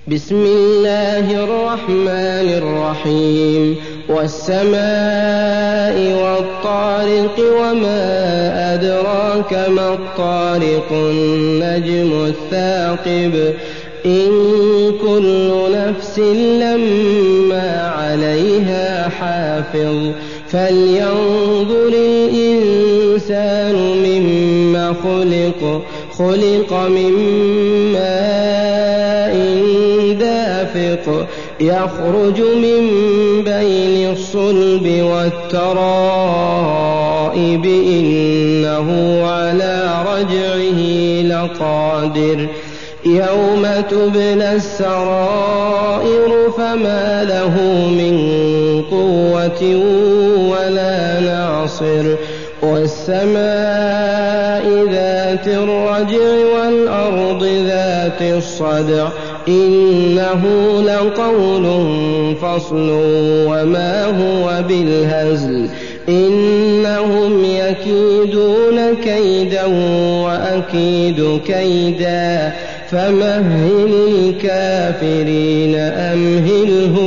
بسم الله الرحمن الرحيم والسماء والطارق وما أدراك ما الطارق النجم الثاقب إن كل نفس لما عليها حافظ فلينظر الإنسان مما خلق من ماء دافق يخرج من بين الصلب والترائب إنه على رجعه لقادر يوم تبلى السرائر فما له من قوة ولا ناصر والسماء ذات الرجع والأرض ذات الصدع إنه لقول فصل وما هو بالهزل إنهم يكيدون كيدا وأكيد كيدا فمهل الكافرين أمهلهم